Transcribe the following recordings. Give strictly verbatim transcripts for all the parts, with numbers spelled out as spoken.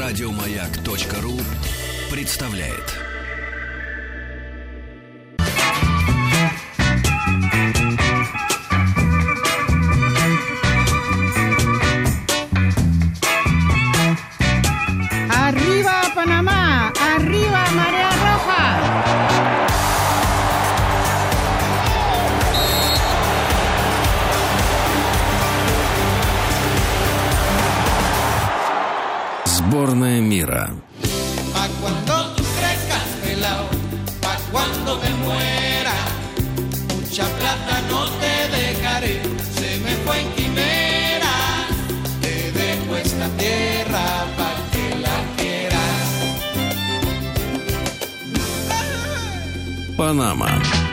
Радиомаяк.ру представляет. ¡Arriba Panamá! ¡Arriba Marea Roja! Сборная мира. Pa' cuando tú crezcas, pelao, pa' cuando me muera, mucha plata no te dejaré, se me fue en quimera, te dejo esta tierra pa' que la quieras. Панама.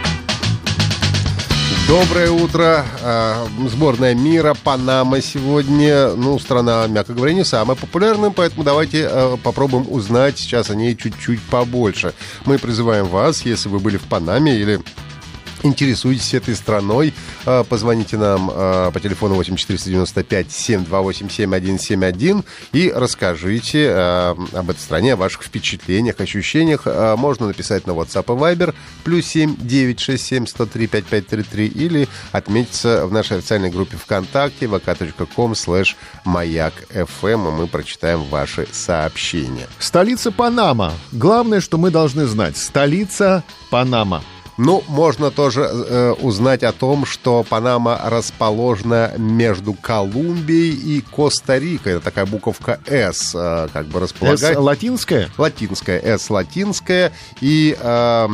Доброе утро. Сборная мира, Панама сегодня. Ну, страна, мягко говоря, не самая популярная, поэтому давайте попробуем узнать сейчас о ней чуть-чуть побольше. Мы призываем вас, если вы были в Панаме или интересуетесь этой страной, позвоните нам по телефону восемь четыреста девяносто пять семь два восемь семь один семь один и расскажите об этой стране, о ваших впечатлениях, ощущениях. Можно написать на WhatsApp и Viber плюс семь девять шесть семь сто три пятьдесят пять тридцать три или отметиться в нашей официальной группе ВКонтакте вэ ка точка ком слэш маяк эф эм, и мы прочитаем ваши сообщения. Столица Панама. Главное, что мы должны знать. Столица Панама. Ну, можно тоже э, узнать о том, что Панама расположена между Колумбией и Коста-Рикой. Это такая буковка «С», э, как бы располагает. «С» латинская? Латинская, «С» латинская. И э,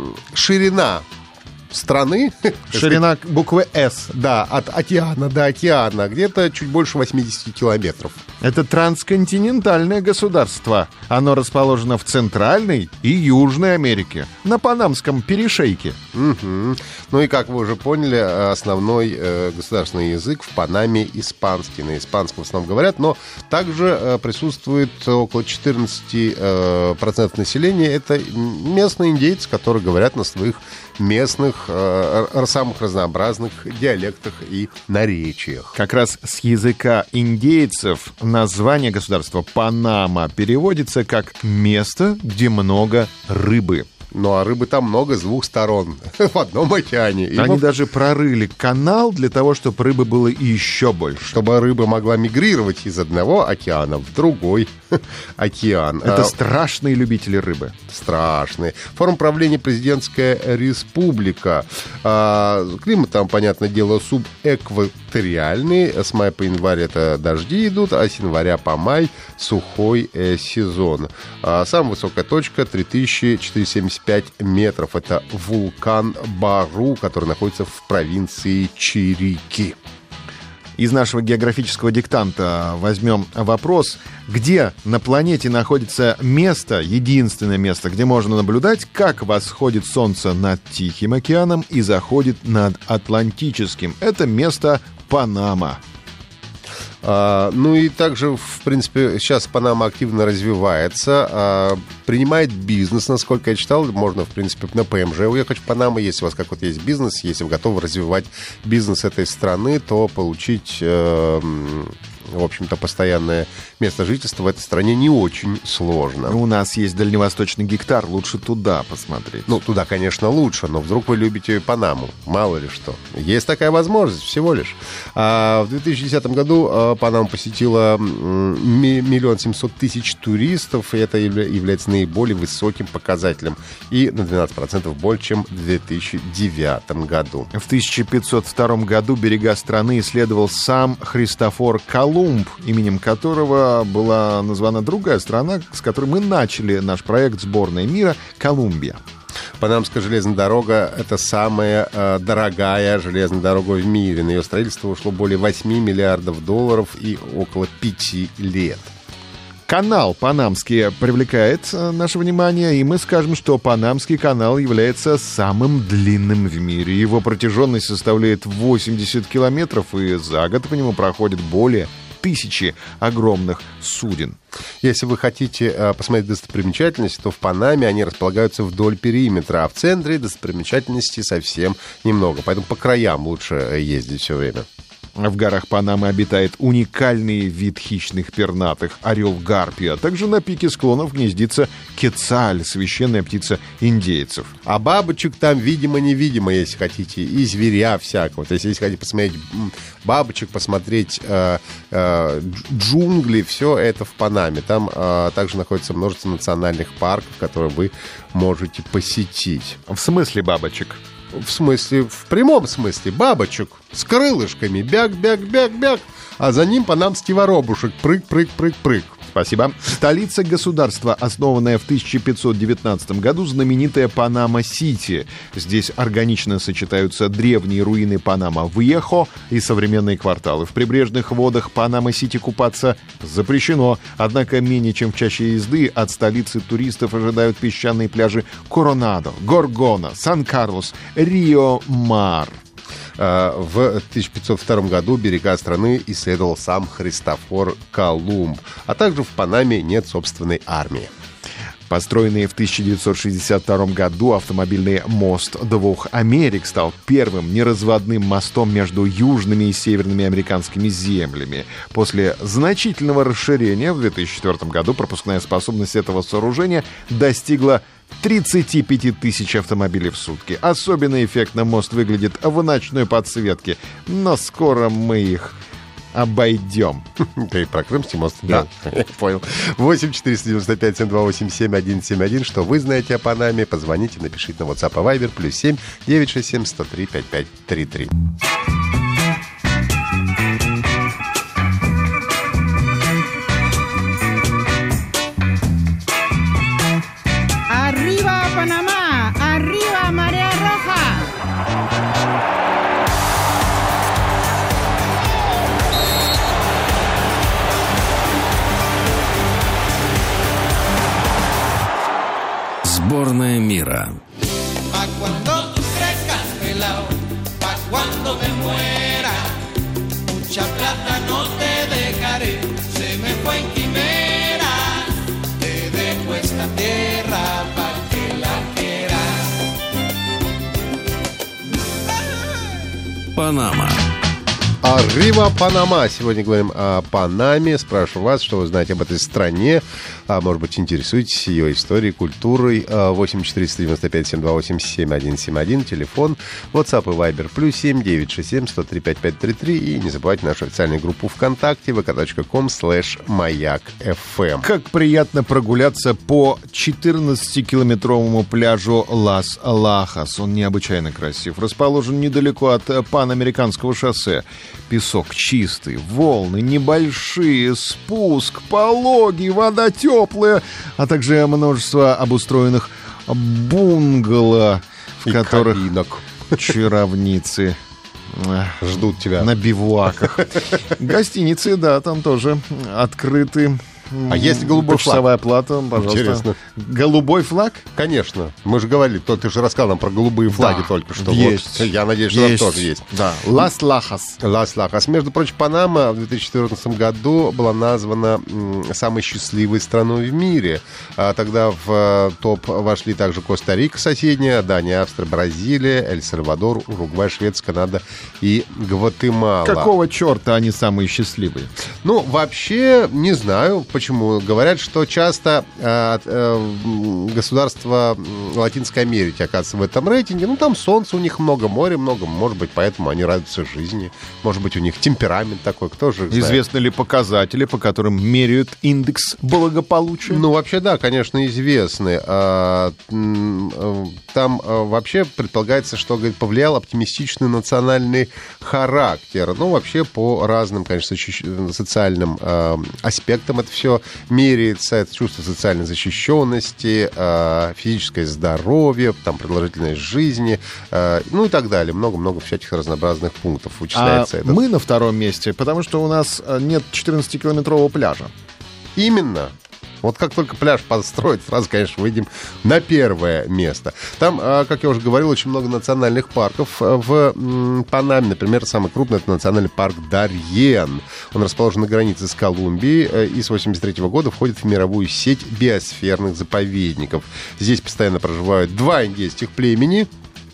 ширина страны... Ширина буквы «С». Да, от океана до океана где-то чуть больше восемьдесят километров. Это трансконтинентальное государство. Оно расположено в Центральной и Южной Америке, на Панамском перешейке. Угу. Ну и, как вы уже поняли, основной э, государственный язык в Панаме испанский. На испанском в основном говорят, но также э, присутствует около четырнадцать процентов населения. Это местные индейцы, которые говорят на своих местных, э, самых разнообразных диалектах и наречиях. Как раз с языка индейцев название государства Панама переводится как «место, где много рыбы». Ну, а рыбы там много с двух сторон, в одном океане. И Они вот, даже прорыли канал для того, чтобы рыбы было еще больше. чтобы рыба могла мигрировать из одного океана в другой океан. Это А, страшные любители рыбы. страшные. Форма правления президентская республика. А, климат там, понятное дело, субэкваториальный. С мая по январь это дожди идут, а с января по май сухой э, сезон. А, самая высокая точка три тысячи четыреста семьдесят пять метров. Это вулкан Бару, который находится в провинции Чирики. Из нашего географического диктанта возьмем вопрос, где на планете находится место, единственное место, где можно наблюдать, как восходит солнце над Тихим океаном и заходит над Атлантическим. Это место Панама. А, ну и также, в принципе, сейчас Панама активно развивается, а, принимает бизнес, насколько я читал. Можно, в принципе, на пэ эм жэ уехать в Панаму, если у вас как вот есть бизнес, если вы готовы развивать бизнес этой страны, то получить, э, в общем-то, постоянное место жительства в этой стране не очень сложно. У нас есть дальневосточный гектар, лучше туда посмотреть. Ну, туда, конечно, лучше, но вдруг вы любите Панаму, мало ли что. Есть такая возможность, всего лишь. А в две тысячи десятом году а, Панаму посетило миллион семьсот тысяч туристов, и это является наиболее высоким показателем. И на двенадцать процентов больше, чем в две тысячи девятом году. В тысяча пятьсот втором году берега страны исследовал сам Христофор Колумб, именем которого была названа другая страна, с которой мы начали наш проект «Сборная мира» — Колумбия. Панамская железная дорога — это самая э, дорогая железная дорога в мире. На ее строительство ушло более восемь миллиардов долларов и около пяти лет. Канал Панамский привлекает э, наше внимание, и мы скажем, что Панамский канал является самым длинным в мире. Его протяженность составляет восемьдесят километров, и за год по нему проходит более тысячи огромных суден. Если вы хотите э, посмотреть достопримечательности, то в Панаме они располагаются вдоль периметра, а в центре достопримечательностей совсем немного. Поэтому по краям лучше ездить все время. В горах Панамы обитает уникальный вид хищных пернатых — орел-гарпия. Также на пике склонов гнездится кецаль, священная птица индейцев. А бабочек там видимо-невидимо, если хотите, и зверя всякого. То есть, если хотите посмотреть бабочек, посмотреть э, э, джунгли, все это в Панаме. Там э, также находится множество национальных парков, которые вы можете посетить. В смысле бабочек? В смысле, в прямом смысле, бабочек с крылышками, бяк-бяк-бяк-бяк, а за ним панамский воробушек, прыг-прыг-прыг-прыг. Спасибо. Столица государства, основанная в тысяча пятьсот девятнадцатом году, знаменитая Панама-Сити. Здесь органично сочетаются древние руины Панама-Вьехо и современные кварталы. В прибрежных водах Панама-Сити купаться запрещено. Однако менее чем в часе езды от столицы туристов ожидают песчаные пляжи Коронадо, Горгона, Сан-Карлос, Рио-Мар. В тысяча пятьсот втором году берега страны исследовал сам Христофор Колумб. А также в Панаме нет собственной армии. Построенный в тысяча девятьсот шестьдесят втором году автомобильный мост двух Америк стал первым неразводным мостом между южными и северными американскими землями. После значительного расширения в две тысячи четвёртом году пропускная способность этого сооружения достигла тридцать пять тысяч автомобилей в сутки. Особенно эффектно мост выглядит в ночной подсветке, но скоро мы их обойдем. Ты про Крымский мост? Да. Я понял. восемь четыреста девяносто пять семь два восемь семь один семь один. Что вы знаете о Панаме? Позвоните, напишите на WhatsApp и Viber. Плюс семь девятьсот шестьдесят семь сто три пятьдесят пять тридцать три. Arriba Panamá, arriba Marea Roja. Сборная мира. Pa' cuando tú crezcas, pelao, pa' cuando me muera, mucha plata no te dejaré, se me fue en quimera, te dejo esta tierra pa' que la quieras. Панама. Arriba Панама. Сегодня говорим о Панаме. Спрашиваю вас, что вы знаете об этой стране. А, может быть, интересуетесь ее историей, культурой. восемь четыреста девяносто пять семь два восемь семь один семь один. Телефон. WhatsApp и Viber. Плюс семь девятьсот шестьдесят семь сто три пятьдесят пять тридцать три. И не забывайте нашу официальную группу ВКонтакте вэ ка точка ком слэш маяк эф эм. Как приятно прогуляться по четырнадцатикилометровому пляжу Лас-Лахас. Он необычайно красив. Расположен недалеко от Панамериканского шоссе. Песок чистый, волны небольшие, спуск пологий, вода теплая, а также множество обустроенных бунгало, в и которых кабинок. чаровницы Ждут тебя. на бивуаках. Гостиницы, да, там тоже открыты. А есть голубой флаг? Почасовая плата, пожалуйста. Интересно. Голубой флаг? Конечно. Мы же говорили, то ты же рассказал нам про голубые флаги Да, только что. есть. Вот. Я надеюсь, что Есть. там тоже есть. Да. Лас-Лахас. Лас-Лахас. Между прочим, Панама в две тысячи четырнадцатом году была названа м, самой счастливой страной в мире. А тогда в э, топ вошли также Коста-Рика соседняя, Дания, Австрия, Бразилия, Эль-Сальвадор, Уругвай, Швеция, Канада и Гватемала. Какого черта они самые счастливые? Ну, вообще, не знаю, почему. Говорят, что часто э, э, государства Латинской Америки оказываются в этом рейтинге. Ну, там солнца у них много, моря много. Может быть, поэтому они радуются жизни. Может быть, у них темперамент такой. Кто же их знает? Известны ли показатели, по которым меряют индекс благополучия? Ну, вообще, да, конечно, известны. А, м, э, Там э, вообще предполагается, что, говорит, повлиял оптимистичный национальный характер. Ну, вообще, по разным, конечно, защищ- социальным э, аспектам это все меряется. Это чувство социальной защищенности, э, физическое здоровье, там, продолжительность жизни, э, ну и так далее. Много-много всяких разнообразных пунктов А вычисляется. этот. мы на втором месте, потому что у нас э, нет четырнадцатикилометрового пляжа. Именно. Вот как только пляж построят, сразу, конечно, выйдем на первое место. Там, как я уже говорил, очень много национальных парков в Панаме. Например, самый крупный — это национальный парк Дарьен. Он расположен на границе с Колумбией и с восемьдесят третьего года входит в мировую сеть биосферных заповедников. Здесь постоянно проживают два индейских племени.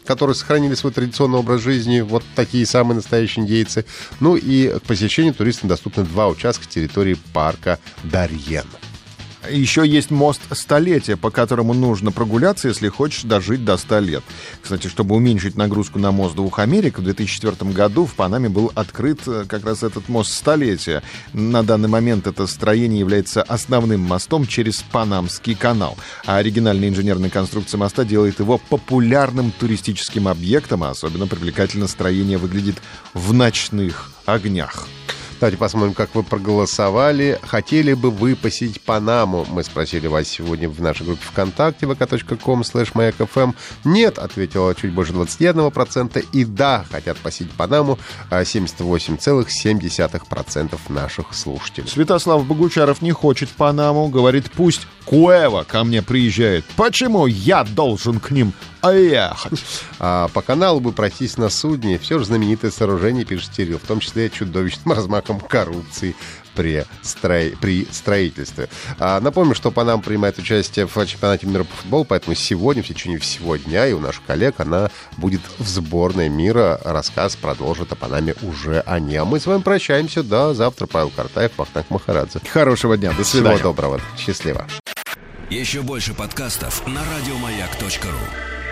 которые сохранили свой традиционный образ жизни, вот такие самые настоящие индейцы. Ну и к посещению туристам доступны два участка территории парка Дарьен. Еще есть мост столетия, по которому нужно прогуляться, если хочешь дожить до ста лет. Кстати, чтобы уменьшить нагрузку на мост двух Америк, в две тысячи четвёртом году в Панаме был открыт как раз этот мост столетия. На данный момент это строение является основным мостом через Панамский канал. А оригинальная инженерная конструкция моста делает его популярным туристическим объектом, а особенно привлекательно строение выглядит в ночных огнях. Давайте посмотрим, как вы проголосовали. Хотели бы вы посетить Панаму? Мы спросили вас сегодня в нашей группе ВКонтакте вэ ка точка ком слэш маяк эф эм. Нет, ответило чуть больше двадцать один процент. И да, хотят посетить Панаму семьдесят восемь целых семь десятых процента наших слушателей. Святослав Богучаров не хочет Панаму. Говорит, пусть Куэва ко мне приезжает. Почему я должен к ним ехать? А по каналу бы пройтись на судне. Все же знаменитое сооружение, пишет Кирилл, в том числе чудовищным размахом коррупции при, строи... при строительстве. А, напомню, что Панама принимает участие в чемпионате мира по футболу, поэтому сегодня, в течение всего дня, и у наших коллег она будет в сборной мира. Рассказ продолжит о Панаме уже они. А мы с вами прощаемся до завтра. Павел Картаев, Вахтанг Махарадзе. Хорошего дня, до свидания. Всего доброго. Счастливо. Еще больше подкастов на радиомаяк точка ру.